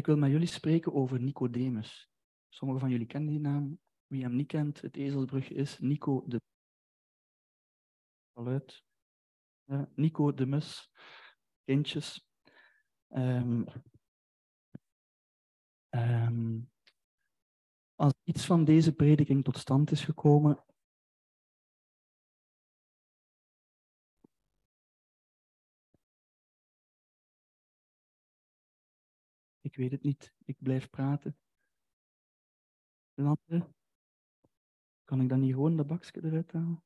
Ik wil met jullie spreken over Nicodemus. Sommigen van jullie kennen die naam. Wie hem niet kent, het ezelsbrugje is Nico de... Al uit. Ja, Nico de Mus. Kindjes. Als iets van deze prediking tot stand is gekomen... Ik weet het niet. Ik blijf praten. Een andere? Kan ik dan niet gewoon dat bakje eruit halen?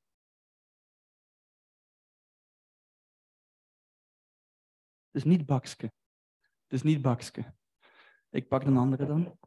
Het is niet bakje. Het is niet bakje. Ik pak een andere dan.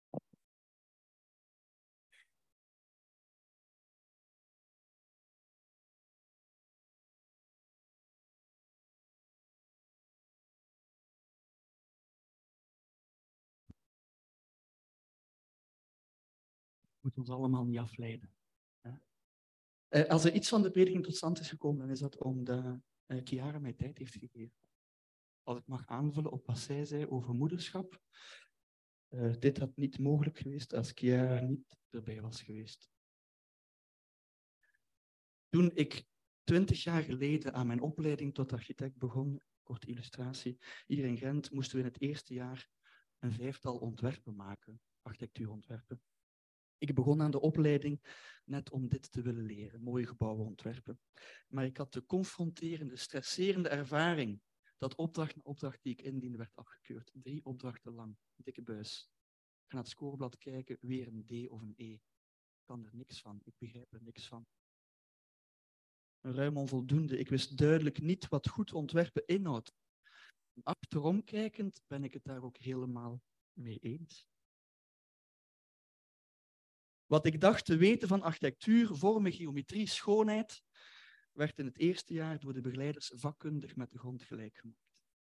We moeten ons allemaal niet afleiden. Als er iets van de prediking tot stand is gekomen, dan is dat omdat Chiara mij tijd heeft gegeven. Als ik mag aanvullen op wat zij zei over moederschap. Dit had niet mogelijk geweest als Chiara niet erbij was geweest. Toen ik 20 jaar geleden aan mijn opleiding tot architect begon, korte illustratie, hier in Gent moesten we in het eerste jaar een 5-tal ontwerpen maken, architectuurontwerpen. Ik begon aan de opleiding net om dit te willen leren, mooie gebouwen ontwerpen. Maar ik had de confronterende, stresserende ervaring dat opdracht na opdracht die ik indiende werd afgekeurd. 3 opdrachten lang, dikke buis. Ik ga naar het scoreblad kijken, weer een D of een E. Ik kan er niks van, ik begrijp er niks van. Een ruim onvoldoende, ik wist duidelijk niet wat goed ontwerpen inhoudt. Achterom kijkend ben ik het daar ook helemaal mee eens. Wat ik dacht te weten van architectuur, vormen, geometrie, schoonheid, werd in het eerste jaar door de begeleiders vakkundig met de grond gelijk gemaakt.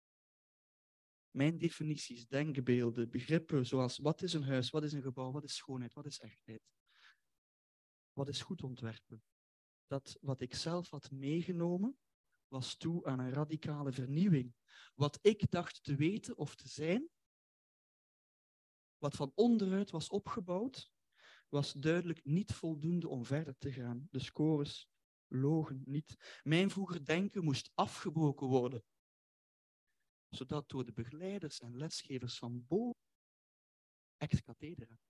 Mijn definities, denkbeelden, begrippen zoals wat is een huis, wat is een gebouw, wat is schoonheid, wat is echtheid, wat is goed ontwerpen. Dat wat ik zelf had meegenomen, was toe aan een radicale vernieuwing. Wat ik dacht te weten of te zijn, wat van onderuit was opgebouwd, was duidelijk niet voldoende om verder te gaan. De scores logen niet. Mijn vroeger denken moest afgebroken worden, zodat door de begeleiders en lesgevers van boven, ex cathedra,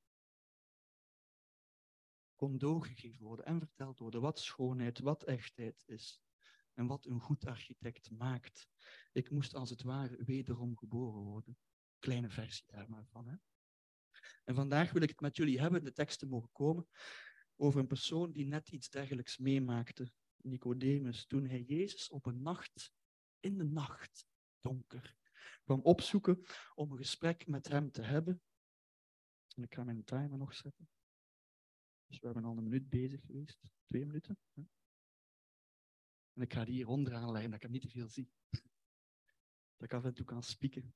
kon doorgegeven worden en verteld worden wat schoonheid, wat echtheid is en wat een goed architect maakt. Ik moest als het ware wederom geboren worden. Kleine versie daar maar van. Hè? En vandaag wil ik het met jullie hebben, de teksten mogen komen, over een persoon die net iets dergelijks meemaakte. Nicodemus, toen hij Jezus op een nacht, in de nacht, donker, kwam opzoeken om een gesprek met hem te hebben. En ik ga mijn timer nog zetten. Dus we hebben al 1 minuut bezig geweest, 2 minuten. Hè? En ik ga die hier onderaan leggen, dat ik hem niet te veel zie. Dat ik af en toe kan spieken.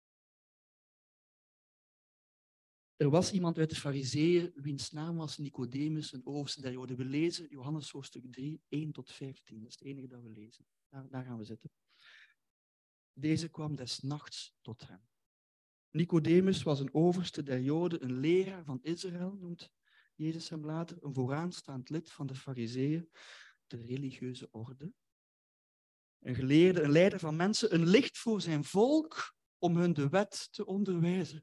Er was iemand uit de Farizeeën, wiens naam was Nicodemus, een overste der Joden. We lezen Johannes hoofdstuk 3, 1 tot 15. Dat is het enige dat we lezen. Daar gaan we zitten. Deze kwam des nachts tot hem. Nicodemus was een overste der Joden, een leraar van Israël, noemt Jezus hem later, een vooraanstaand lid van de Farizeeën, de religieuze orde. Een geleerde, een leider van mensen, een licht voor zijn volk om hun de wet te onderwijzen.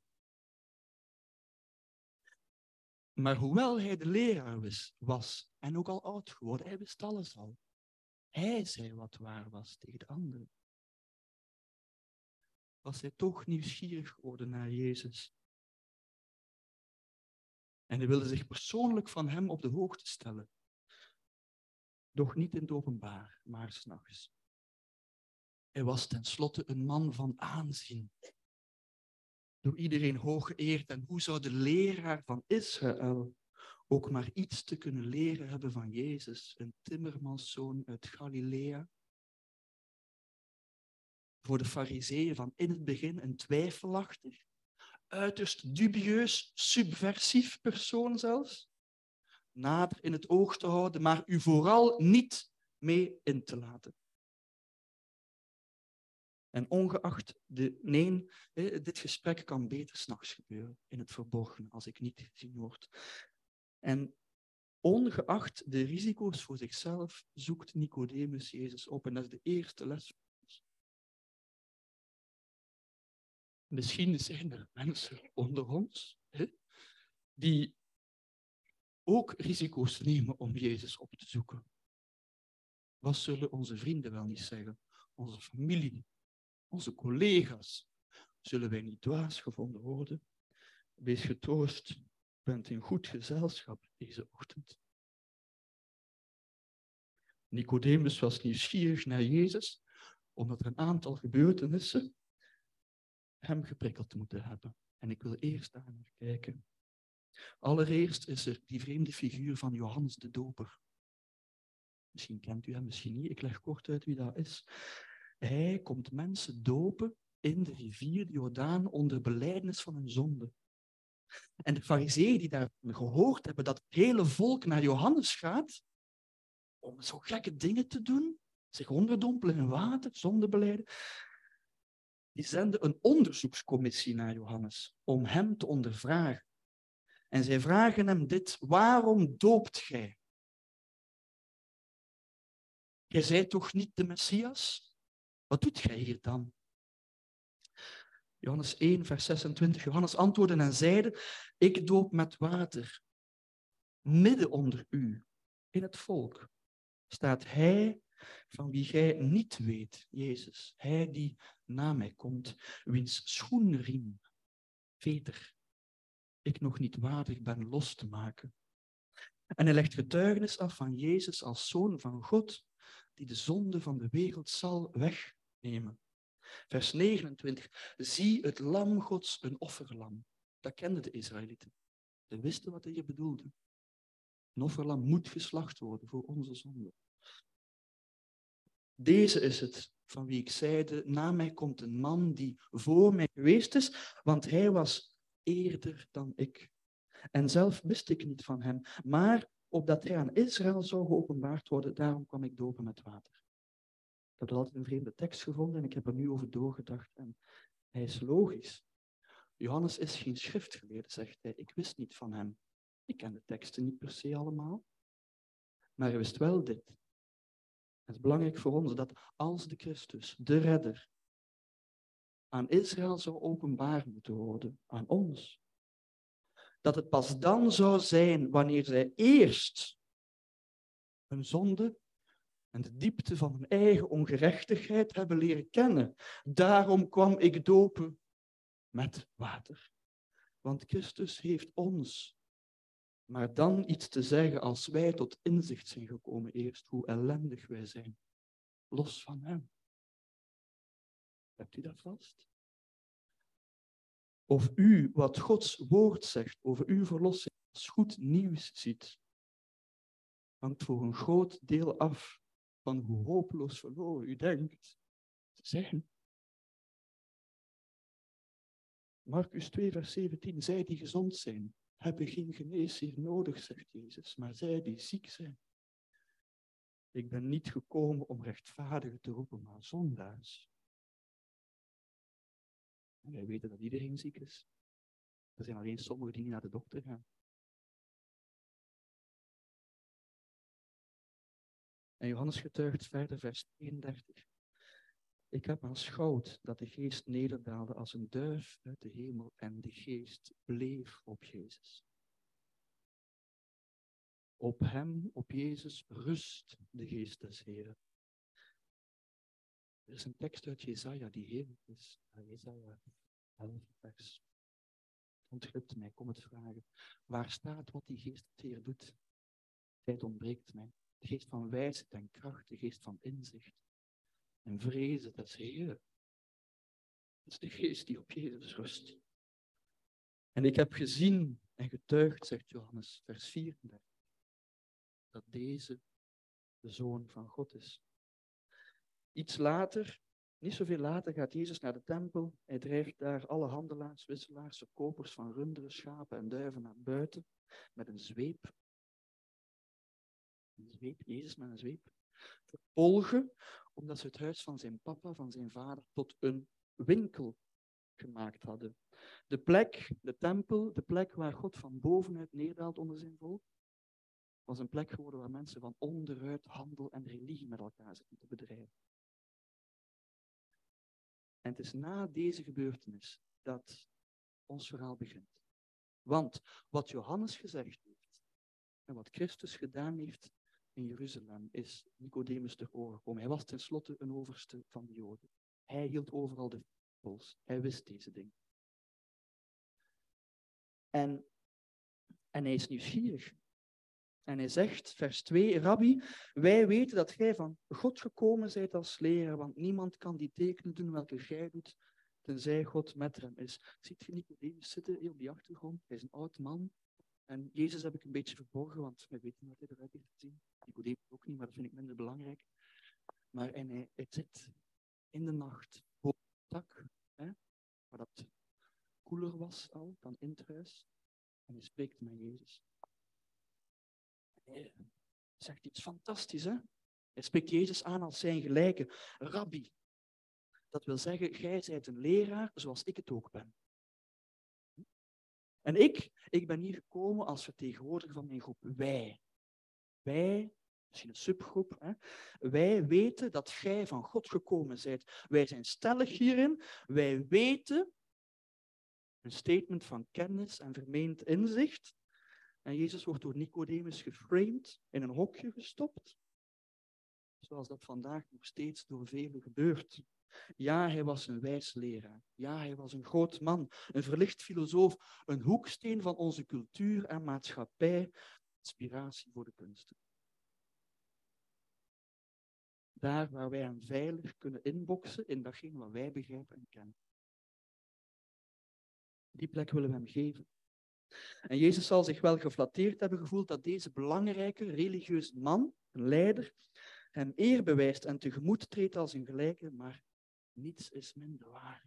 Maar hoewel hij de leraar was en ook al oud geworden, hij wist alles al. Hij zei wat waar was tegen de anderen. Was hij toch nieuwsgierig geworden naar Jezus. En hij wilde zich persoonlijk van hem op de hoogte stellen. Doch niet in het openbaar, maar 's nachts. Hij was tenslotte een man van aanzien. Door iedereen hoog geëerd. En hoe zou de leraar van Israël ook maar iets te kunnen leren hebben van Jezus, een timmermanszoon uit Galilea? Voor de Farizeeën van in het begin een twijfelachtig, uiterst dubieus, subversief persoon zelfs. Nader in het oog te houden, maar u vooral niet mee in te laten. En ongeacht dit gesprek kan beter 's nachts gebeuren, in het verborgen, als ik niet gezien word. En ongeacht de risico's voor zichzelf, zoekt Nicodemus Jezus op. En dat is de eerste les voor ons. Misschien zijn er mensen onder ons die ook risico's nemen om Jezus op te zoeken. Wat zullen onze vrienden wel niet zeggen? Onze familie, onze collega's. Zullen wij niet dwaas gevonden worden? Wees getroost, u bent in goed gezelschap deze ochtend. Nicodemus was nieuwsgierig naar Jezus, omdat er een aantal gebeurtenissen hem geprikkeld moeten hebben. En ik wil eerst daar naar kijken. Allereerst is er die vreemde figuur van Johannes de Doper. Misschien kent u hem, misschien niet. Ik leg kort uit wie dat is. Hij komt mensen dopen in de rivier de Jordaan onder belijdenis van hun zonde. En de farizeeën die daarvan gehoord hebben dat het hele volk naar Johannes gaat, om zo gekke dingen te doen, zich onderdompelen in water, zonde belijden, die zenden een onderzoekscommissie naar Johannes om hem te ondervragen. En zij vragen hem dit: waarom doopt gij? Gij zijt toch niet de Messias? Wat doet gij hier dan? Johannes 1, vers 26. Johannes antwoordde en zeide: ik doop met water. Midden onder u, in het volk, staat hij van wie gij niet weet, Jezus. Hij die na mij komt, wiens schoenriem, veter, ik nog niet waardig ben los te maken. En hij legt getuigenis af van Jezus als Zoon van God, die de zonde van de wereld zal wegnemen. Vers 29. Zie het lam Gods, een offerlam. Dat kenden de Israëlieten. Ze wisten wat hij hier bedoelde. Een offerlam moet geslacht worden voor onze zonde. Deze is het van wie ik zeide: na mij komt een man die voor mij geweest is, want hij was eerder dan ik. En zelf wist ik niet van hem, maar opdat hij aan Israël zou geopenbaard worden, daarom kwam ik dopen met water. Ik heb altijd een vreemde tekst gevonden en ik heb er nu over doorgedacht. En hij is logisch. Johannes is geen schriftgeleerde, zegt hij. Ik wist niet van hem. Ik ken de teksten niet per se allemaal. Maar hij wist wel dit. Het is belangrijk voor ons dat als de Christus, de redder, aan Israël zou openbaar moeten worden, aan ons, dat het pas dan zou zijn wanneer zij eerst hun zonde en de diepte van hun eigen ongerechtigheid hebben leren kennen. Daarom kwam ik dopen met water. Want Christus heeft ons maar dan iets te zeggen als wij tot inzicht zijn gekomen eerst, hoe ellendig wij zijn, los van hem. Hebt u dat vast? Of u wat Gods woord zegt over uw verlossing als goed nieuws ziet, hangt voor een groot deel af van hoe hopeloos verloren u denkt te zijn. Markus 2, vers 17. Zij die gezond zijn, hebben geen geneesheer nodig, zegt Jezus, maar zij die ziek zijn. Ik ben niet gekomen om rechtvaardigen te roepen, maar zondaars. En wij weten dat iedereen ziek is. Er zijn alleen sommigen die niet naar de dokter gaan. En Johannes getuigt verder, vers 32. Ik heb aanschouwd dat de geest nederdaalde als een duif uit de hemel en de geest bleef op Jezus. Op hem, op Jezus, rust de geest des Heren. Er is een tekst uit Jesaja die heerlijk is. Jesaja 11 vers. Het ontglipt mij, kom het vragen. Waar staat wat die geest des Heren doet? Tijd ontbreekt mij. De geest van wijsheid en kracht, de geest van inzicht en vrezen des Heren. Dat is de geest die op Jezus rust. En ik heb gezien en getuigd, zegt Johannes, vers 34, dat deze de Zoon van God is. Iets later, niet zoveel later, gaat Jezus naar de tempel. Hij drijft daar alle handelaars, wisselaars, verkopers van runderen, schapen en duiven naar buiten met een zweep. Een zweep, Jezus met een zweep. Vervolgen, omdat ze het huis van zijn papa, van zijn vader, tot een winkel gemaakt hadden. De plek, de tempel, de plek waar God van bovenuit neerdaalt onder zijn volk, was een plek geworden waar mensen van onderuit handel en religie met elkaar zitten te bedrijven. En het is na deze gebeurtenis dat ons verhaal begint. Want wat Johannes gezegd heeft en wat Christus gedaan heeft in Jeruzalem, is Nicodemus te oren gekomen. Hij was tenslotte een overste van de Joden. Hij hield overal de pols. Hij wist deze dingen. En hij is nieuwsgierig. En hij zegt, vers 2, Rabbi, wij weten dat gij van God gekomen zijt als leraar, want niemand kan die tekenen doen welke gij doet, tenzij God met hem is. Ziet je Nicodemus zitten hier op die achtergrond? Hij is een oud man. En Jezus heb ik een beetje verborgen, want wij weten wat hij eruit heeft gezien. Nicodemus ook niet, maar dat vind ik minder belangrijk. Maar hij zit in de nacht, boven het dak, waar dat koeler was al dan in het huis. En hij spreekt met Jezus. Hij zegt iets fantastisch, hè? Hij spreekt Jezus aan als zijn gelijke. Rabbi. Dat wil zeggen, jij zijt een leraar zoals ik het ook ben. En ik ben hier gekomen als vertegenwoordiger van mijn groep. Wij, misschien een subgroep, hè? Wij weten dat gij van God gekomen zijt. Wij zijn stellig hierin. Wij weten, een statement van kennis en vermeend inzicht. En Jezus wordt door Nicodemus geframed, in een hokje gestopt. Zoals dat vandaag nog steeds door velen gebeurt. Ja, hij was een wijs leraar. Ja, hij was een groot man, een verlicht filosoof, een hoeksteen van onze cultuur en maatschappij, inspiratie voor de kunsten. Daar waar wij hem veilig kunnen inboksen in datgene wat wij begrijpen en kennen. Die plek willen we hem geven. En Jezus zal zich wel geflatteerd hebben gevoeld dat deze belangrijke religieuze man, een leider, hem eer bewijst en tegemoet treedt als een gelijke, maar niets is minder waar.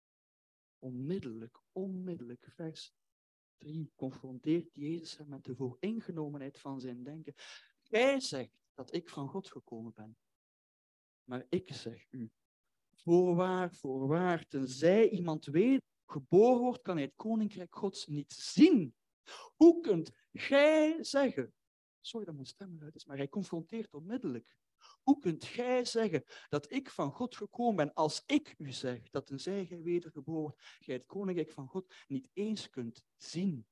Onmiddellijk, vers 3, confronteert Jezus hem met de vooringenomenheid van zijn denken. Gij zegt dat ik van God gekomen ben, maar ik zeg u, voorwaar, tenzij iemand wedergeboren wordt, kan hij het koninkrijk Gods niet zien. Hoe kunt gij zeggen, sorry dat mijn stem eruit is, maar hij confronteert onmiddellijk. Hoe kunt gij zeggen dat ik van God gekomen ben als ik u zeg dat tenzij gij wedergeboren wordt, gij het koninkrijk van God niet eens kunt zien?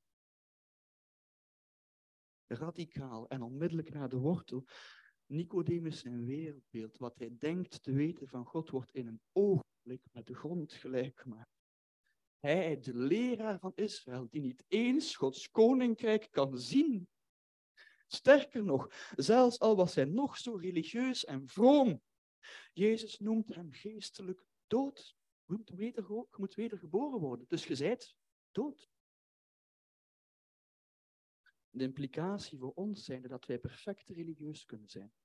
Radicaal en onmiddellijk naar de wortel. Nicodemus zijn wereldbeeld, wat hij denkt te weten van God, wordt in een ogenblik met de grond gelijk gemaakt. Hij, de leraar van Israël, die niet eens Gods koninkrijk kan zien. Sterker nog, zelfs al was hij nog zo religieus en vroom, Jezus noemt hem geestelijk dood. Je moet wedergeboren worden, dus je bent dood. De implicatie voor ons zijn dat wij perfect religieus kunnen zijn.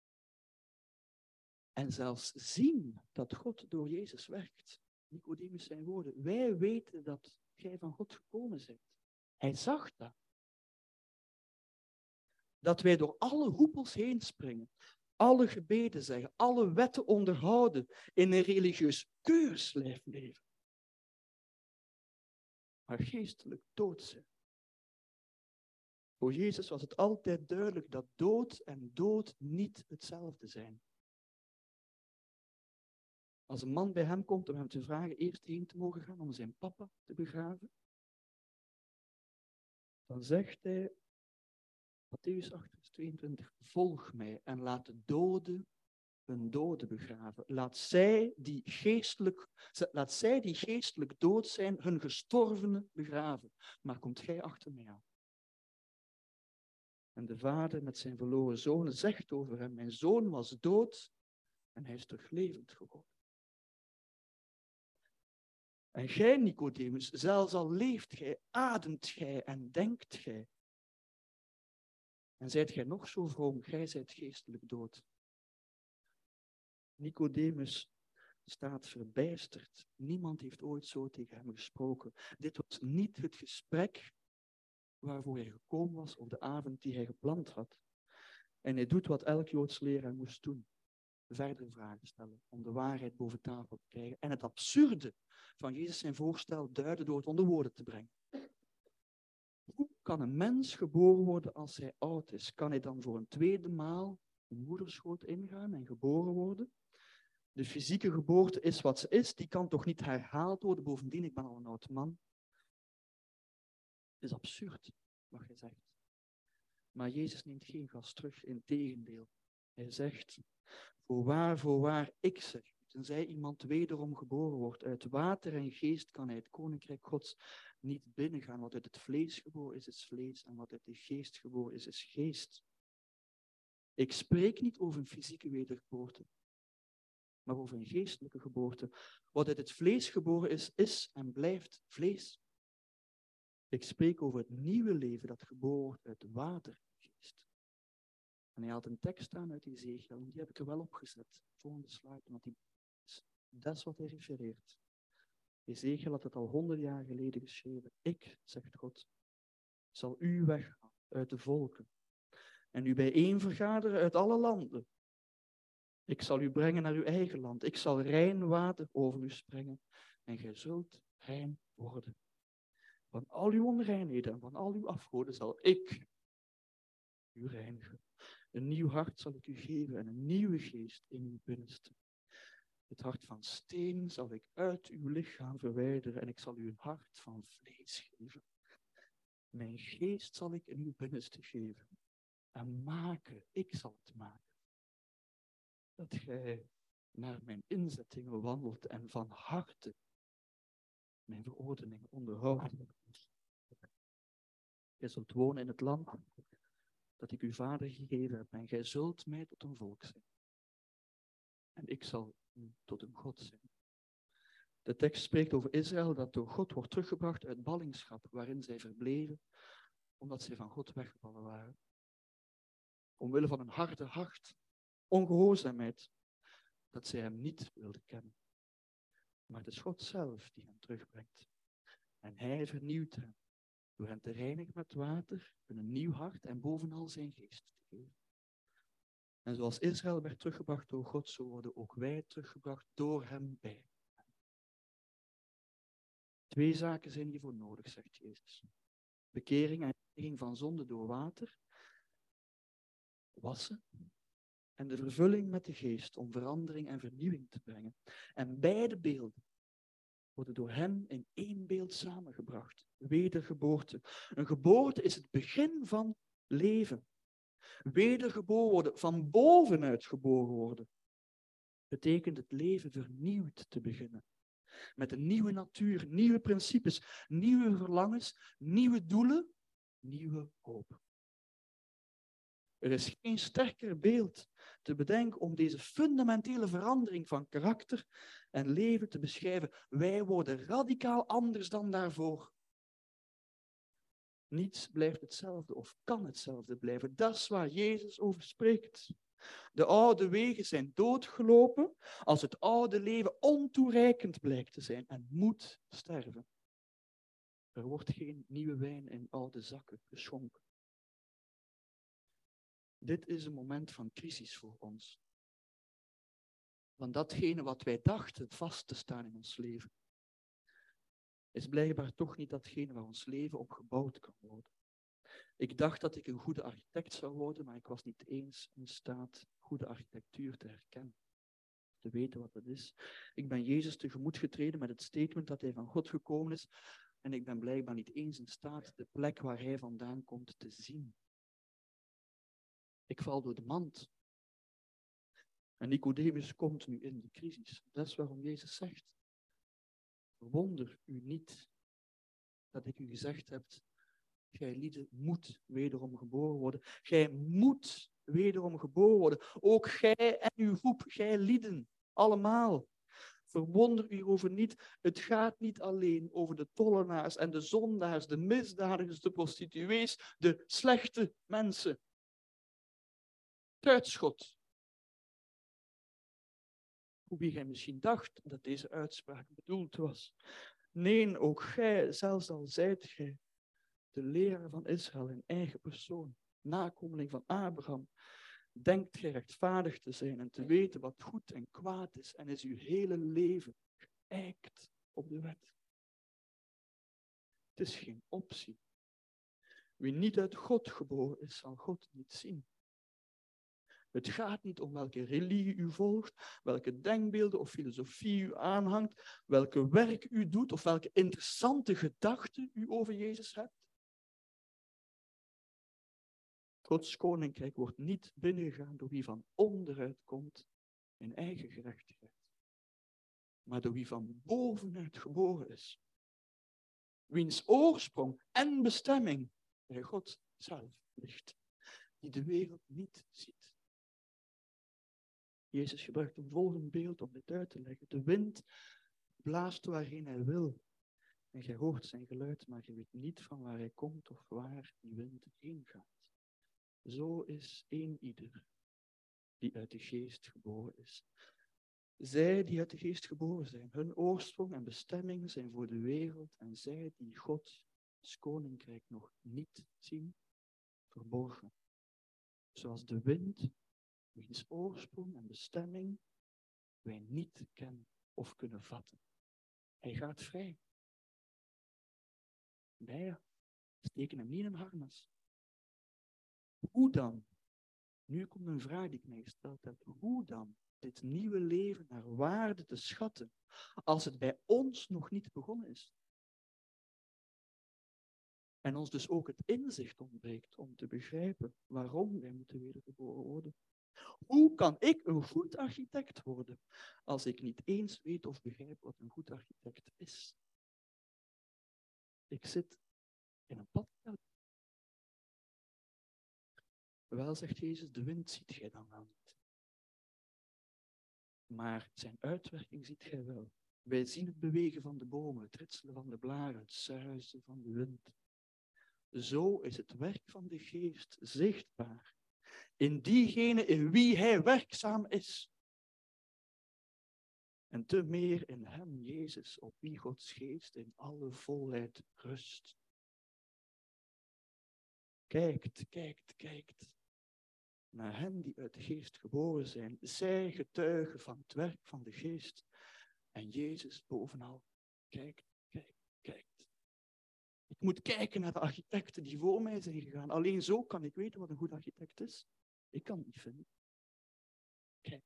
En zelfs zien dat God door Jezus werkt. Nicodemus zijn woorden. Wij weten dat gij van God gekomen bent. Hij zag dat. Dat wij door alle hoepels heen springen, alle gebeden zeggen, alle wetten onderhouden, in een religieus keurslijf leven. Maar geestelijk dood zijn. Voor Jezus was het altijd duidelijk dat dood en dood niet hetzelfde zijn. Als een man bij hem komt om hem te vragen eerst heen te mogen gaan om zijn papa te begraven, dan zegt hij, Mattheüs 8, vers 22, volg mij en laat de doden hun doden begraven. Laat zij die geestelijk dood zijn, hun gestorvenen begraven. Maar komt gij achter mij aan. En de vader met zijn verloren zoon zegt over hem, mijn zoon was dood en hij is terug levend geworden. En gij, Nicodemus, zelfs al leeft gij, ademt gij en denkt gij. En zijt gij nog zo vroom, gij zijt geestelijk dood. Nicodemus staat verbijsterd. Niemand heeft ooit zo tegen hem gesproken. Dit was niet het gesprek waarvoor hij gekomen was op de avond die hij gepland had. En hij doet wat elk Joods leraar moest doen. Verdere vragen stellen, om de waarheid boven tafel te krijgen. En het absurde van Jezus zijn voorstel duiden door het onder woorden te brengen. Hoe kan een mens geboren worden als hij oud is? Kan hij dan voor een tweede maal de moederschoot ingaan en geboren worden? De fysieke geboorte is wat ze is, die kan toch niet herhaald worden? Bovendien, ik ben al een oud man. Het is absurd, wat hij zegt. Maar Jezus neemt geen gas terug, integendeel. Hij zegt, voorwaar, ik zeg, tenzij iemand wederom geboren wordt uit water en geest, kan hij het koninkrijk Gods niet binnengaan. Wat uit het vlees geboren is, is vlees. En wat uit de geest geboren is geest. Ik spreek niet over een fysieke wedergeboorte, maar over een geestelijke geboorte. Wat uit het vlees geboren is, is en blijft vlees. Ik spreek over het nieuwe leven dat geboren wordt uit water en geest. En hij had een tekst aan uit Ezechiel, en die heb ik er wel opgezet. Volgende slide, want dat is wat hij refereert. Ezechiel had het al 100 jaar geleden geschreven. Ik, zegt God, zal u weghalen uit de volken en u bijeen vergaderen uit alle landen. Ik zal u brengen naar uw eigen land. Ik zal rein water over u sprengen en gij zult rein worden. Van al uw onreinheden en van al uw afgoden zal ik u reinigen. Een nieuw hart zal ik u geven en een nieuwe geest in uw binnenste. Het hart van steen zal ik uit uw lichaam verwijderen en ik zal u een hart van vlees geven. Mijn geest zal ik in uw binnenste geven. En maken, ik zal het maken. Dat gij naar mijn inzettingen wandelt en van harte mijn verordeningen onderhoudt. Gij zult wonen in het land dat ik uw vader gegeven heb en gij zult mij tot een volk zijn. En ik zal u tot een God zijn. De tekst spreekt over Israël dat door God wordt teruggebracht uit ballingschap waarin zij verbleven omdat zij van God weggevallen waren. Omwille van een harde hart, ongehoorzaamheid, dat zij hem niet wilden kennen. Maar het is God zelf die hen terugbrengt. En hij vernieuwt hen door hen te reinigen met water, een nieuw hart en bovenal zijn geest te geven. En zoals Israël werd teruggebracht door God, zo worden ook wij teruggebracht door hem bij. 2 zaken zijn hiervoor nodig, zegt Jezus. Bekering en reiniging van zonde door water, wassen, en de vervulling met de geest om verandering en vernieuwing te brengen. En beide beelden worden door hem in één beeld samengebracht. Wedergeboorte. Een geboorte is het begin van leven. Wedergeboren worden, van bovenuit geboren worden, betekent het leven vernieuwd te beginnen. Met een nieuwe natuur, nieuwe principes, nieuwe verlangens, nieuwe doelen, nieuwe hoop. Er is geen sterker beeld te bedenken om deze fundamentele verandering van karakter en leven te beschrijven. Wij worden radicaal anders dan daarvoor. Niets blijft hetzelfde of kan hetzelfde blijven. Dat is waar Jezus over spreekt. De oude wegen zijn doodgelopen als het oude leven ontoereikend blijkt te zijn en moet sterven. Er wordt geen nieuwe wijn in oude zakken geschonken. Dit is een moment van crisis voor ons. Want datgene wat wij dachten vast te staan in ons leven, is blijkbaar toch niet datgene waar ons leven op gebouwd kan worden. Ik dacht dat ik een goede architect zou worden, maar ik was niet eens in staat goede architectuur te herkennen. Te weten wat het is. Ik ben Jezus tegemoet getreden met het statement dat hij van God gekomen is. En ik ben blijkbaar niet eens in staat de plek waar hij vandaan komt te zien. Ik val door de mand. En Nicodemus komt nu in die crisis. Dat is waarom Jezus zegt: verwonder u niet dat ik u gezegd heb, gij lieden moet wederom geboren worden. Gij moet wederom geboren worden. Ook gij en uw groep, gij lieden, allemaal. Verwonder u over niet. Het gaat niet alleen over de tollenaars en de zondaars, de misdadigers, de prostituees, de slechte mensen. Het uitschot. Hoe wie gij misschien dacht dat deze uitspraak bedoeld was. Nee, ook gij, zelfs al zijt gij de leraar van Israël in eigen persoon, nakomeling van Abraham, Denkt gij rechtvaardig te zijn en te weten wat goed en kwaad is en is uw hele leven geëikt op de wet? Het is geen optie. Wie niet uit God geboren is, zal God niet zien. Het gaat niet om welke religie u volgt, welke denkbeelden of filosofie u aanhangt, welke werk u doet of welke interessante gedachten u over Jezus hebt. Gods koninkrijk wordt niet binnengegaan door wie van onderuit komt in eigen gerechtigheid, maar door wie van bovenuit geboren is. Wiens oorsprong en bestemming bij God zelf ligt, die de wereld niet ziet. Jezus gebruikt een volgend beeld om dit uit te leggen. De wind blaast waarheen hij wil. En gij hoort zijn geluid, maar je weet niet van waar hij komt of waar die wind heen gaat. Zo is ieder die uit de geest geboren is. Zij die uit de geest geboren zijn, hun oorsprong en bestemming zijn voor de wereld en zij die Gods koninkrijk nog niet zien, verborgen. Zoals de wind, wiens oorsprong en bestemming wij niet kennen of kunnen vatten. Hij gaat vrij. Wij steken hem niet in een harnas. Hoe dan? Nu komt een vraag die ik mij gesteld heb. Hoe dan dit nieuwe leven naar waarde te schatten, als het bij ons nog niet begonnen is? En ons dus ook het inzicht ontbreekt om te begrijpen waarom wij moeten wedergeboren worden. Hoe kan ik een goed architect worden, als ik niet eens weet of begrijp wat een goed architect is? Ik zit in een badkuip. Wel, zegt Jezus, de wind ziet gij dan wel niet. Maar zijn uitwerking ziet gij wel. Wij zien het bewegen van de bomen, het ritselen van de blaren, het suizen van de wind. Zo is het werk van de geest zichtbaar in diegene in wie hij werkzaam is. En te meer in hem, Jezus, op wie Gods geest in alle volheid rust. Kijkt naar hen die uit de geest geboren zijn. Zij getuigen van het werk van de geest. En Jezus bovenal kijkt. Ik moet kijken naar de architecten die voor mij zijn gegaan. Alleen zo kan ik weten wat een goed architect is. Ik kan het niet vinden. Kijk.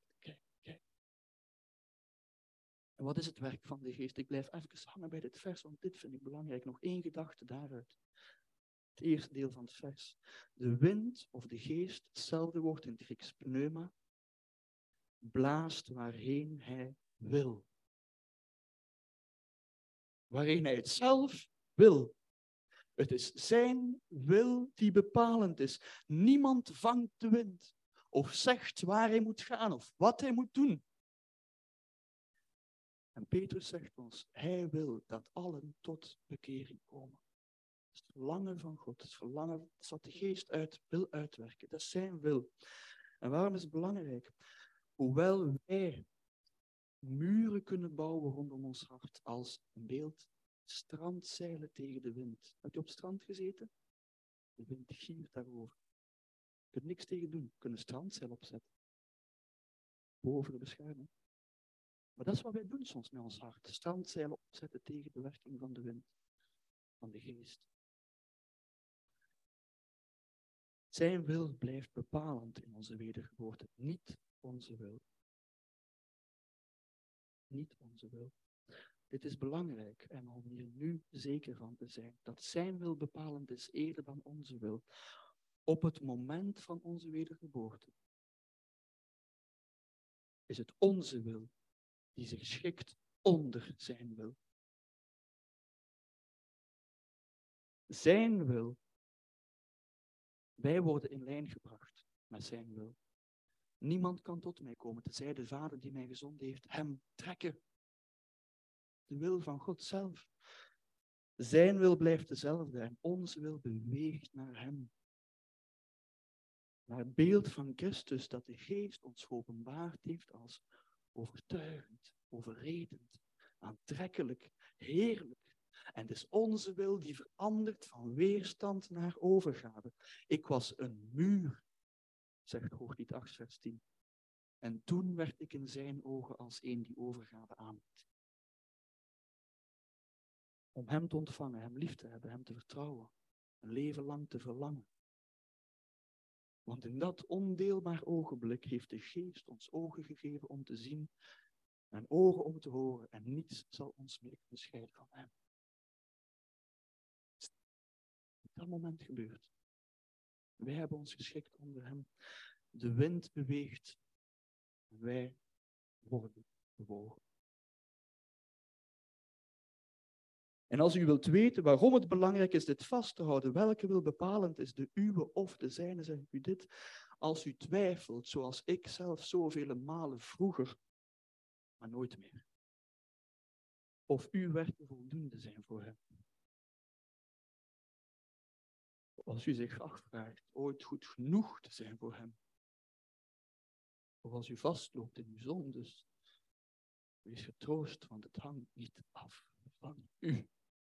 En wat is het werk van de geest? Ik blijf even hangen bij dit vers, want dit vind ik belangrijk. Nog één gedachte daaruit. Het eerste deel van het vers. De wind of de geest, hetzelfde woord in het Grieks pneuma, blaast waarheen hij wil. Waarheen hij het zelf wil. Het is zijn wil die bepalend is. Niemand vangt de wind of zegt waar hij moet gaan of wat hij moet doen. En Petrus zegt ons, hij wil dat allen tot bekering komen. Dat is het verlangen van God, het verlangen dat wat de geest wil uitwerken. Dat is zijn wil. En waarom is het belangrijk? Hoewel wij muren kunnen bouwen rondom ons hart als een beeld, strandzeilen tegen de wind. Heb je op het strand gezeten? De wind giert daarover. Je kunt niks tegen doen. Je kunt een strandzeil opzetten. Boven de bescherming. Maar dat is wat wij doen soms met ons hart. Strandzeilen opzetten tegen de werking van de wind. Van de geest. Zijn wil blijft bepalend in onze wedergeboorte. Niet onze wil. Niet onze wil. Dit is belangrijk en om hier nu zeker van te zijn dat zijn wil bepalend is eerder dan onze wil. Op het moment van onze wedergeboorte is het onze wil die zich schikt onder zijn wil. Zijn wil, wij worden in lijn gebracht met zijn wil. Niemand kan tot mij komen, tenzij de Vader die mij gezonden heeft hem trekken. De wil van God zelf. Zijn wil blijft dezelfde en onze wil beweegt naar hem. Naar het beeld van Christus dat de Geest ons geopenbaard heeft als overtuigend, overredend, aantrekkelijk, heerlijk. En het is onze wil die verandert van weerstand naar overgave. Ik was een muur zegt Hooglied 8, vers 10. En toen werd ik in zijn ogen als een die overgave aanbiedt. Om hem te ontvangen, hem lief te hebben, hem te vertrouwen, een leven lang te verlangen. Want in dat ondeelbaar ogenblik heeft de Geest ons ogen gegeven om te zien en oren om te horen en niets zal ons meer kunnen scheiden van hem. Op dat moment gebeurt. Wij hebben ons geschikt onder hem. De wind beweegt. Wij worden bewogen. En als u wilt weten waarom het belangrijk is dit vast te houden, welke wil bepalend is, de uwe of de zijne, zeg ik u dit. Als u twijfelt, zoals ik zelf zoveel malen vroeger, maar nooit meer. Of uw werken voldoende zijn voor hem. Als u zich afvraagt ooit goed genoeg te zijn voor hem. Of als u vastloopt in uw zondes, wees getroost, want het hangt niet af van u.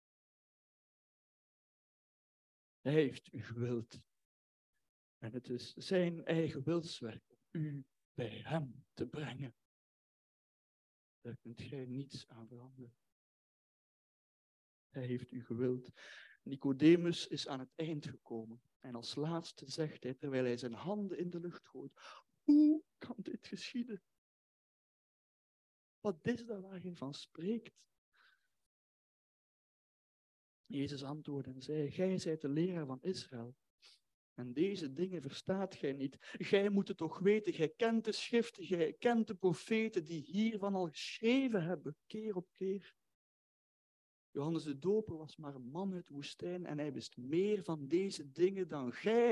Hij heeft u gewild. En het is zijn eigen wilswerk om u bij hem te brengen. Daar kunt gij niets aan veranderen. Hij heeft u gewild. Nicodemus is aan het eind gekomen. En als laatste zegt hij, terwijl hij zijn handen in de lucht gooit, hoe kan dit geschieden? Wat is dat waar hij van spreekt? Jezus antwoordde en zei, gij zijt de leraar van Israël. En deze dingen verstaat gij niet. Gij moet het toch weten, gij kent de schriften, gij kent de profeten die hiervan al geschreven hebben, keer op keer. Johannes de Doper was maar een man uit de woestijn en hij wist meer van deze dingen dan gij.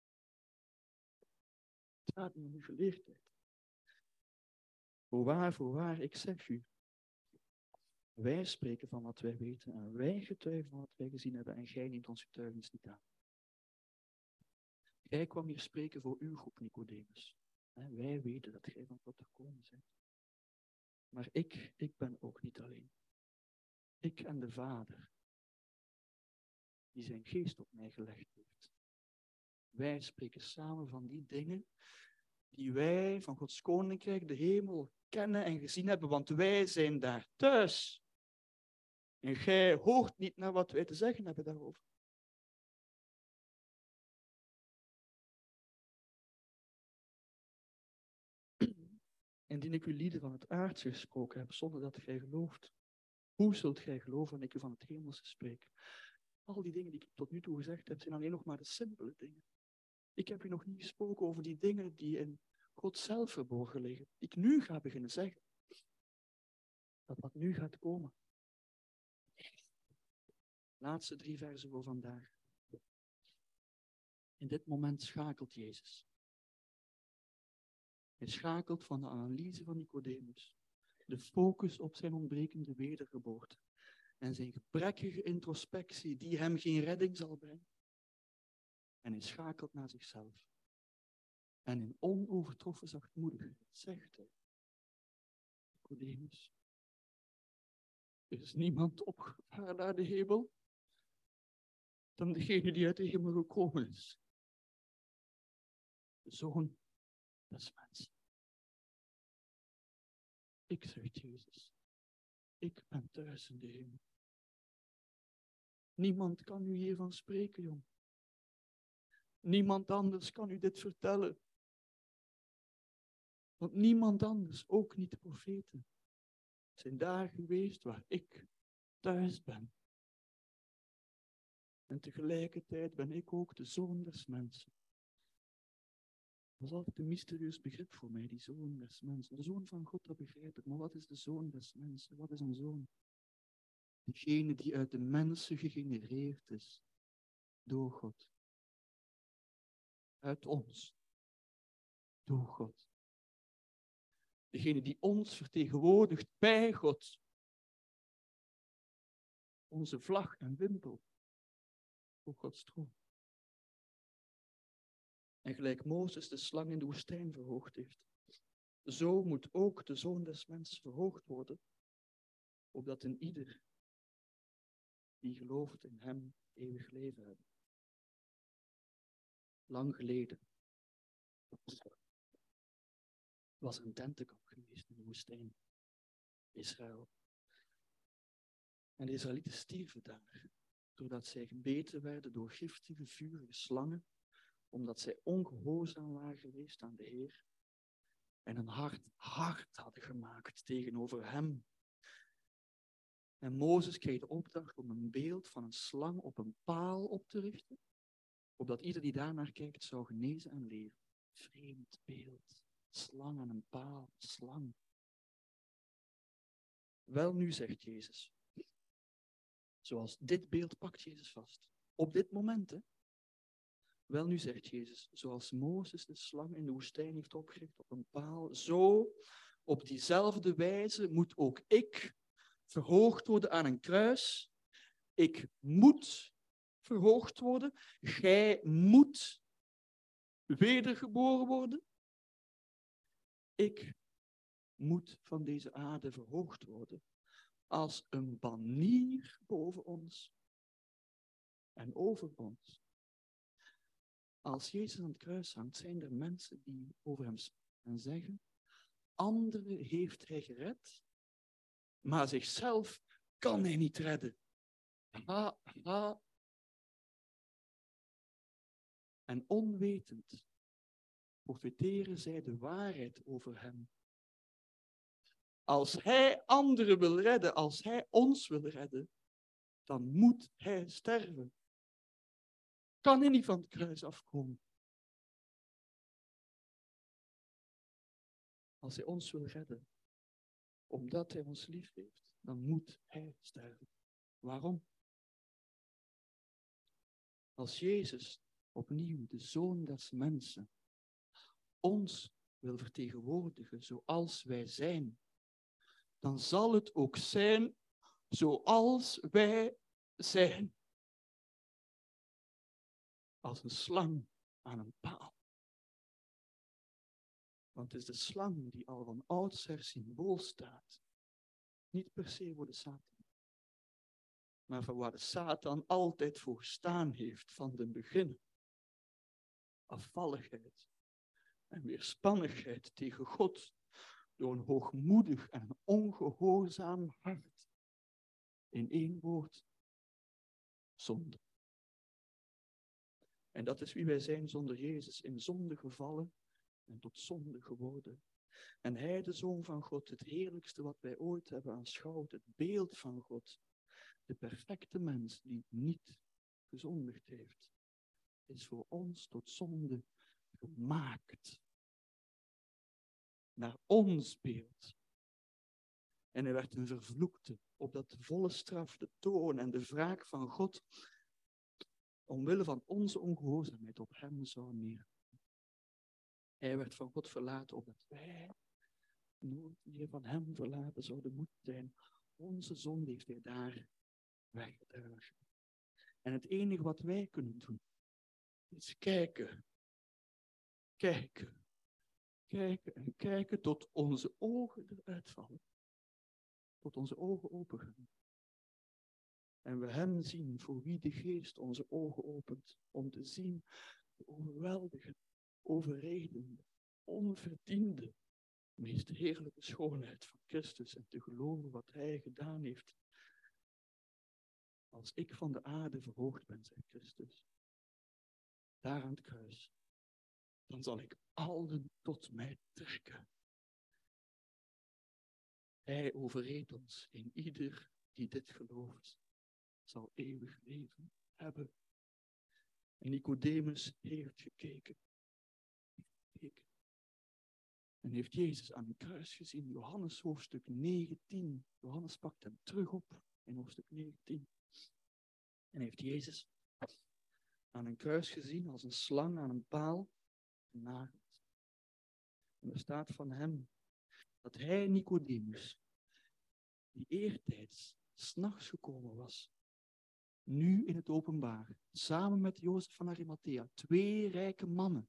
Het gaat niet om uw geleerdheid. Voorwaar, ik zeg u. Wij spreken van wat wij weten en wij getuigen van wat wij gezien hebben en gij neemt ons getuigenis niet aan. Gij kwam hier spreken voor uw groep, Nicodemus. Wij weten dat gij van God gekomen bent. Maar ik ben ook niet alleen. Ik en de Vader, die zijn geest op mij gelegd heeft. Wij spreken samen van die dingen die wij van Gods koninkrijk, de hemel, kennen en gezien hebben, want wij zijn daar thuis. En gij hoort niet naar wat wij te zeggen hebben daarover. Indien ik u lieden van het aardse gesproken heb, zonder dat gij gelooft, hoe zult gij geloven wanneer ik u van het hemelse spreek? Al die dingen die ik tot nu toe gezegd heb, zijn alleen nog maar de simpele dingen. Ik heb u nog niet gesproken over die dingen die in God zelf verborgen liggen. Die ik nu ga beginnen zeggen. Dat wat nu gaat komen. Laatste 3 versen voor vandaag. In dit moment schakelt Jezus. Hij schakelt van de analyse van Nicodemus, de focus op zijn ontbrekende wedergeboorte en zijn gebrekkige introspectie die hem geen redding zal brengen. En hij schakelt naar zichzelf. En in onovertroffen zachtmoedigheid zegt hij, Nicodemus, er is niemand opgevaren naar de hemel dan degene die uit de hemel gekomen is. De Zoon des mensen. Ik, zegt Jezus, ik ben thuis in de hemel. Niemand kan u hiervan spreken, jong. Niemand anders kan u dit vertellen. Want niemand anders, ook niet de profeten, zijn daar geweest waar ik thuis ben. En tegelijkertijd ben ik ook de Zoon des mensen. Dat was altijd een mysterieus begrip voor mij, die Zoon des mensen. De Zoon van God, dat begrijp ik. Maar wat is de Zoon des mensen? Wat is een zoon? Degene die uit de mensen gegenereerd is. Door God. Uit ons. Door God. Degene die ons vertegenwoordigt bij God. Onze vlag en wimpel. Voor Gods troon. En gelijk Mozes de slang in de woestijn verhoogd heeft. Zo moet ook de Zoon des Mensen verhoogd worden. Opdat een ieder die gelooft in hem eeuwig leven hebben. Lang geleden was een tentenkamp geweest in de woestijn, Israël. En de Israëlieten stierven daar, doordat zij gebeten werden door giftige, vurige slangen, omdat zij ongehoorzaam waren geweest aan de Heer en een hart hadden gemaakt tegenover hem. En Mozes kreeg de opdracht om een beeld van een slang op een paal op te richten, opdat ieder die daarnaar kijkt zou genezen en leven. Vreemd beeld. Slang aan een paal. Slang. Wel nu, zegt Jezus. Zoals dit beeld pakt Jezus vast. Op dit moment, hè. Wel nu, zegt Jezus. Zoals Mozes de slang in de woestijn heeft opgericht op een paal. Zo, op diezelfde wijze moet ook ik verhoogd worden aan een kruis. Ik moet verhoogd worden. Gij moet wedergeboren worden. Ik moet van deze aarde verhoogd worden als een banier boven ons en over ons. Als Jezus aan het kruis hangt, zijn er mensen die over hem spreken en zeggen: anderen heeft hij gered, maar zichzelf kan hij niet redden. Ha, ha. En onwetend profiteren zij de waarheid over hem. Als hij anderen wil redden, als hij ons wil redden, dan moet hij sterven. Kan hij niet van het kruis afkomen. Als hij ons wil redden, omdat hij ons lief heeft, dan moet hij sterven. Waarom? Als Jezus opnieuw, de Zoon des mensen, ons wil vertegenwoordigen zoals wij zijn, dan zal het ook zijn zoals wij zijn. Als een slang aan een paal. Want het is de slang die al van oudsher symbool staat. Niet per se voor de Satan. Maar voor waar de Satan altijd voor gestaan heeft van den begin. Afvalligheid en weerspannigheid tegen God. Door een hoogmoedig en een ongehoorzaam hart. In één woord. Zonde. En dat is wie wij zijn zonder Jezus. In zonde gevallen en tot zonde geworden. En hij, de Zoon van God, het heerlijkste wat wij ooit hebben aanschouwd, het beeld van God, de perfecte mens die niet gezondigd heeft, is voor ons tot zonde gemaakt. Naar ons beeld. En hij werd een vervloekte, opdat de volle straf, de toorn en de wraak van God, omwille van onze ongehoorzaamheid, op hem zou neerkomen. Hij werd van God verlaten, opdat wij nooit meer van hem verlaten zouden moeten zijn. Onze zonde heeft hij daar weggedragen. En het enige wat wij kunnen doen, is kijken. Kijken. Kijken en kijken tot onze ogen eruit vallen. Tot onze ogen open gaan. En we hem zien voor wie de Geest onze ogen opent. Om te zien de overweldigende, overredende, onverdiende, meest heerlijke schoonheid van Christus. En te geloven wat hij gedaan heeft. Als ik van de aarde verhoogd ben, zegt Christus, daar aan het kruis, dan zal ik allen tot mij trekken. Hij overreedt ons in ieder die dit gelooft, zal eeuwig leven hebben. En Nicodemus heeft gekeken. En heeft Jezus aan het kruis gezien. Johannes hoofdstuk 19. Johannes pakt hem terug op in hoofdstuk 19. En heeft Jezus aan een kruis gezien als een slang aan een paal genageld. En er staat van hem dat hij, Nicodemus, die eertijds 's nachts gekomen was, nu in het openbaar, samen met Jozef van Arimathea, 2 rijke mannen.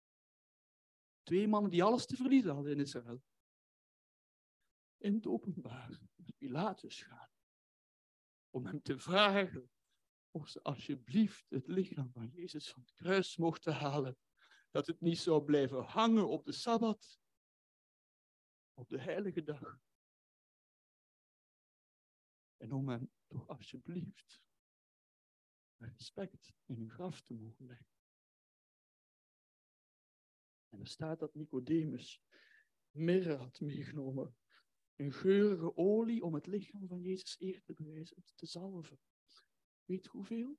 2 mannen die alles te verliezen hadden in Israël. In het openbaar naar Pilatus gaan. Om hem te vragen of ze alsjeblieft het lichaam van Jezus van het kruis mochten halen. Dat het niet zou blijven hangen op de Sabbat, op de heilige dag. En om hem toch alsjeblieft met respect in een graf te mogen leggen. En er staat dat Nicodemus mirre had meegenomen. Een geurige olie om het lichaam van Jezus eer te bewijzen, te zalven. Weet hoeveel?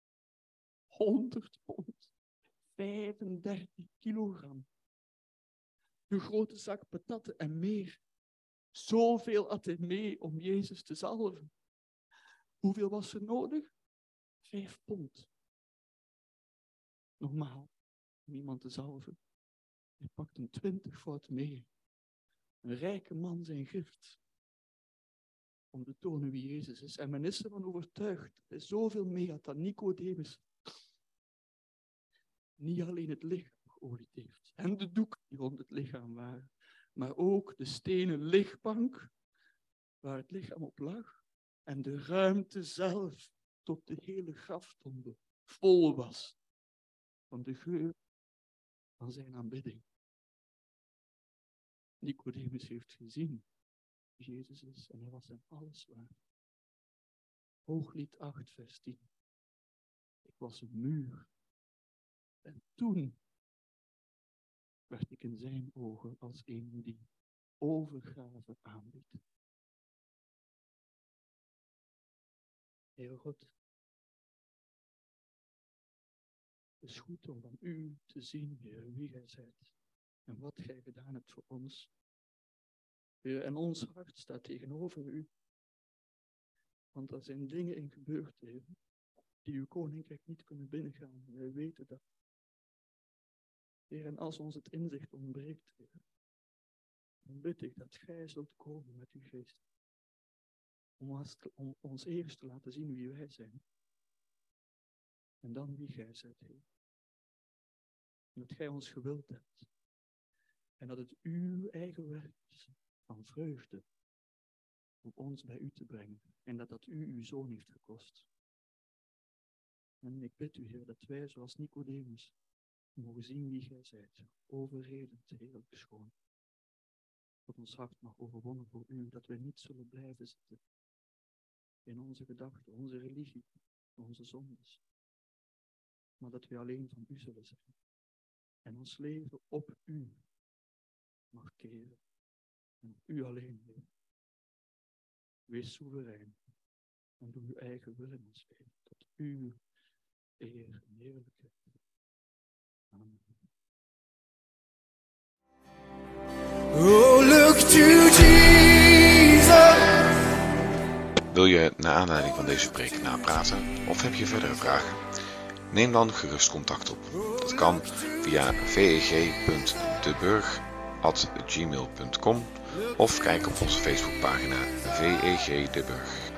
100 pond. 35 kilogram. Een grote zak patatten en meer. Zoveel had hij mee om Jezus te zalven. Hoeveel was er nodig? 5 pond. Normaal, om iemand te zalven. Hij pakt een 20-voud mee. Een rijke man zijn gift. Om te tonen wie Jezus is. En men is ervan overtuigd dat hij zoveel mee had dat Nicodemus niet alleen het lichaam geolied heeft. En de doeken die rond het lichaam waren. Maar ook de stenen lichtbank waar het lichaam op lag. En de ruimte zelf tot de hele graftombe vol was. Van de geur van zijn aanbidding. Nicodemus heeft gezien wie Jezus is en hij was hem alles waard. Hooglied 8, vers 10. Ik was een muur. En toen werd ik in zijn ogen als een die overgave aanbiedt. Heer God, het is goed om van u te zien, Heer, wie gij zijt en wat gij gedaan hebt voor ons. Heer, en ons hart staat tegenover u. Want er zijn dingen in gebeurd, Heer, die uw koninkrijk niet kunnen binnengaan. Wij weten dat. Heer, en als ons het inzicht ontbreekt, Heer, dan bid ik dat gij zult komen met uw geest. Om ons eerst te laten zien wie wij zijn. En dan wie gij zijt, Heer. En dat gij ons gewild hebt. En dat het uw eigen werk is van vreugde om ons bij u te brengen. En dat dat u uw zoon heeft gekost. En ik bid u, Heer, dat wij zoals Nicodemus mogen zien wie gij zijt. Overredend, heerlijk schoon. Dat ons hart mag overwonnen voor u. Dat wij niet zullen blijven zitten in onze gedachten, onze religie, onze zondes. Maar dat wij alleen van u zullen zijn. En ons leven op u mag keren. En op u alleen, Heer. Wees soeverein. En doe uw eigen wil in ons leven. Tot uw eer en heerlijkheid. Amen. Oh, look to Jesus. Wil je naar aanleiding van deze preek napraten of heb je verdere vragen? Neem dan gerust contact op. Dat kan via veg.deburg@gmail.com of kijk op onze Facebookpagina VEG De Burg.